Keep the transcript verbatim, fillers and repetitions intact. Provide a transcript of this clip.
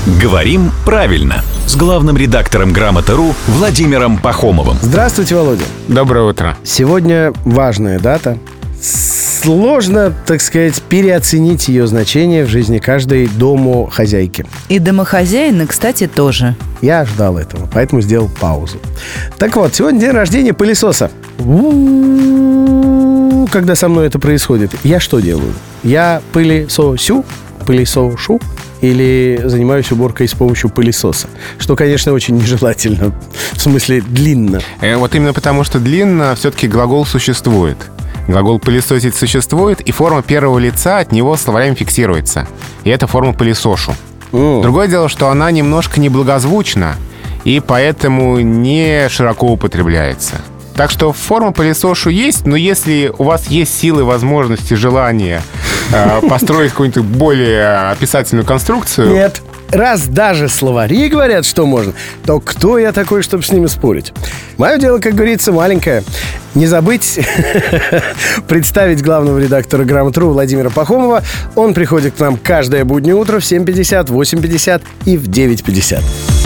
Говорим правильно с главным редактором Грамоты.ру Владимиром Пахомовым. Здравствуйте, Володя. Доброе утро. Сегодня важная дата. Сложно, так сказать, переоценить ее значение в жизни каждой домохозяйки. И домохозяина, кстати, тоже. Я ждал этого, поэтому сделал паузу. Так вот, сегодня день рождения пылесоса. У-у-у, когда со мной это происходит, я что делаю? Я пылесосю, пылесошу или занимаюсь уборкой с помощью пылесоса? Что, конечно, очень нежелательно. В смысле, длинно. Э, вот именно потому, что длинно, все-таки глагол существует. Глагол «пылесосить» существует, и форма первого лица от него словарем фиксируется. И это форма «пылесошу». Mm. Другое дело, что она немножко неблагозвучна, и поэтому не широко употребляется. Так что форма «пылесошу» есть, но если у вас есть силы, возможности, желание э, построить какую-нибудь более описательную конструкцию... Нет. Раз даже словари говорят, что можно, то кто я такой, чтобы с ними спорить? Мое дело, как говорится, маленькое. Не забыть представить главного редактора Грамоты.ру Владимира Пахомова. Он приходит к нам каждое буднее утро в семь пятьдесят, восемь пятьдесят и в девять пятьдесят.